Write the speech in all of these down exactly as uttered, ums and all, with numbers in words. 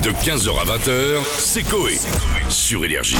De quinze heures à vingt heures, c'est Coé. Sur Énergie.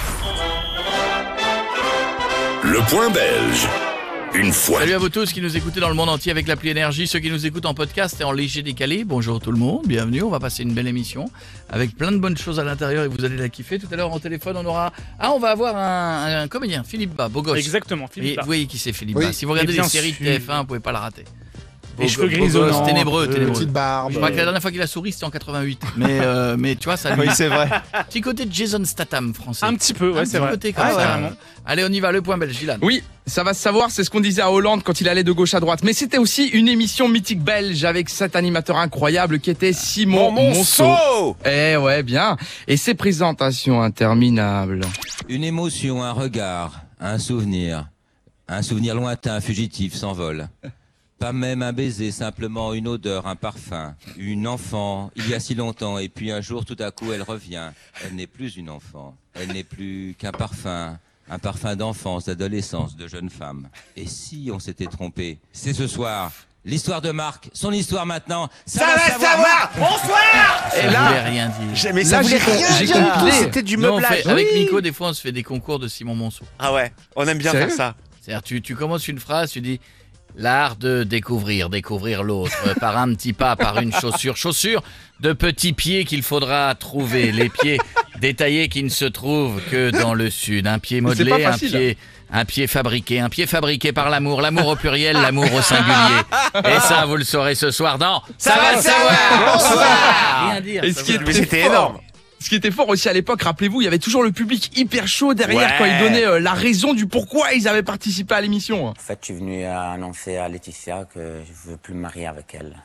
Le point belge. Une fois. Salut à vous tous qui nous écoutez dans le monde entier avec l'appli Énergie, ceux qui nous écoutent en podcast et en léger décalé. Bonjour tout le monde, bienvenue, on va passer une belle émission avec plein de bonnes choses à l'intérieur et vous allez la kiffer. Tout à l'heure en téléphone on aura... Ah on va avoir un, un comédien, Philippe Bas, beau gosse. Exactement, Philippe Et Bas. vous voyez qui c'est Philippe Oui. Bas. Si vous regardez Et les bien séries sûr. de T F un, vous pouvez pas la rater. Les Beau- cheveux beau grisonnants, gosse, ténébreux, euh, ténébreux. Petite barbe. Je crois que la dernière fois qu'il a souri c'était en quatre-vingt-huit. Mais, euh, mais tu vois ça lui... Oui, c'est vrai. Petit côté de Jason Statham français. Un petit peu, ouais, Un c'est petit vrai. côté comme Ah, ça. carrément. Allez on y va, le point belge, Gilan. Oui, ça va se savoir, c'est ce qu'on disait à Hollande quand il allait de gauche à droite. Mais c'était aussi une émission mythique belge avec cet animateur incroyable qui était Simon Monceau. Eh ouais, bien. Et ses présentations interminables. Une émotion, un regard, un souvenir. Un souvenir lointain, fugitif, s'envole. Pas même un baiser, simplement une odeur, un parfum. Une enfant, il y a si longtemps, et puis un jour, tout à coup, elle revient. Elle n'est plus une enfant. Elle n'est plus qu'un parfum. Un parfum d'enfance, d'adolescence, de jeune femme. Et si on s'était trompé? C'est ce soir. L'histoire de Marc, son histoire maintenant. Ça, Ça va savoir. Bonsoir. Ça Et là- voulait rien dire. J'ai- Mais Là, ça voulait j'ai- rien j'ai dire du compilé. tout, c'était du Nous, on meublage. fait- avec Oui. Nico, des fois, on se fait des concours de Simon Monceau. Ah ouais, on aime bien Sérieux faire ça. C'est-à-dire, tu, tu commences une phrase, tu dis l'art de découvrir, découvrir l'autre, euh, par un petit pas, par une chaussure. Chaussure de petits pieds qu'il faudra trouver. Les pieds détaillés qui ne se trouvent que dans le sud. Un pied Mais c'est modelé, pas un facile, pied, un pied fabriqué. Un pied fabriqué par l'amour. L'amour au pluriel, l'amour au singulier. Et ça, vous le saurez ce soir dans Ça va le savoir. Bonsoir. Rien dire. Et ça ce qui va. était Mais c'était fort, énorme. Ce qui était fort aussi à l'époque, rappelez-vous, il y avait toujours le public hyper chaud derrière Ouais. quand ils donnaient euh, la raison du pourquoi ils avaient participé à l'émission. En fait, je suis venu annoncer à Laetitia que je veux plus me marier avec elle.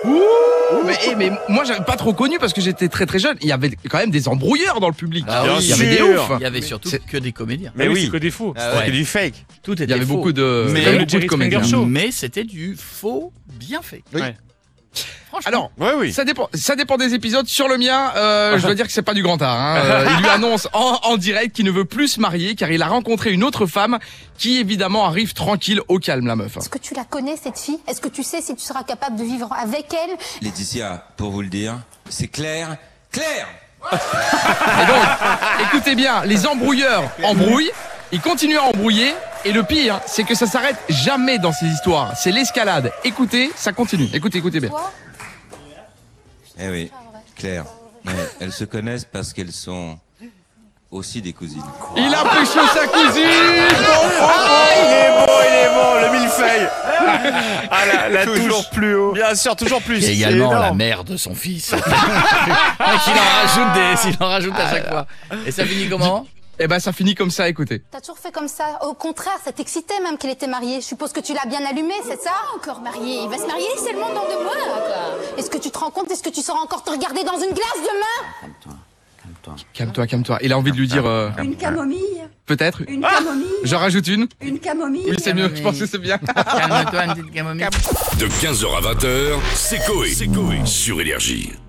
Mais, eh, mais moi j'avais pas trop connu parce que j'étais très très jeune. Il y avait quand même des embrouilleurs dans le public. Ah Bien oui, il y avait des sûr. oufs. Il y avait surtout C'est- que des comédiens. Mais Ah oui. c'est que des fous. C'était du fake. Tout était Il y avait faux. beaucoup de, Mais- il y avait le beaucoup de Jerry comédiens. Springer Show. Mais c'était du faux bien fait. Oui. Ouais. Franchement. Alors, Ouais, oui. ça dépend, ça dépend des épisodes. Sur le mien, euh, je dois dire que c'est pas du grand art. Hein. Euh, il lui annonce en, en direct qu'il ne veut plus se marier car il a rencontré une autre femme qui évidemment arrive tranquille au calme, la meuf. Est-ce que tu la connais, cette fille? Est-ce que tu sais si tu seras capable de vivre avec elle? Laetitia, pour vous le dire, c'est clair. Claire! Et donc, écoutez bien, les embrouilleurs embrouillent, ils continuent à embrouiller, et le pire, c'est que ça s'arrête jamais dans ces histoires. C'est l'escalade. Écoutez, ça continue. Écoutez, écoutez bien. Toi? Eh oui, Claire. Ouais, elles se connaissent parce qu'elles sont aussi des cousines. Il a pécho sa cousine. Ah, il est beau, il est beau, le millefeuille. Ah, la, la Toujours touche plus haut. Bien sûr, toujours plus. Et également C'est la énorme. mère de son fils. Qui en rajoute des, il en rajoute à chaque fois. Et ça finit comment? Eh ben, ça finit comme ça, écoutez. T'as toujours fait comme ça. Au contraire, ça t'excitait même qu'il était marié. Je suppose que tu l'as bien allumé, c'est ça? Encore marié. Il va se marier seulement dans deux mois, quoi. Est-ce que tu te rends compte? Est-ce que tu sauras encore te regarder dans une glace demain? Calme-toi, calme-toi. Calme-toi, calme-toi. Il a envie de lui dire, euh, Une camomille, peut-être. une camomille, J'en rajoute une. une camomille. Oui, c'est mieux. Je pense que c'est bien. Calme-toi, une petite camomille. De quinze heures à vingt heures, c'est Coé. Sur Énergie.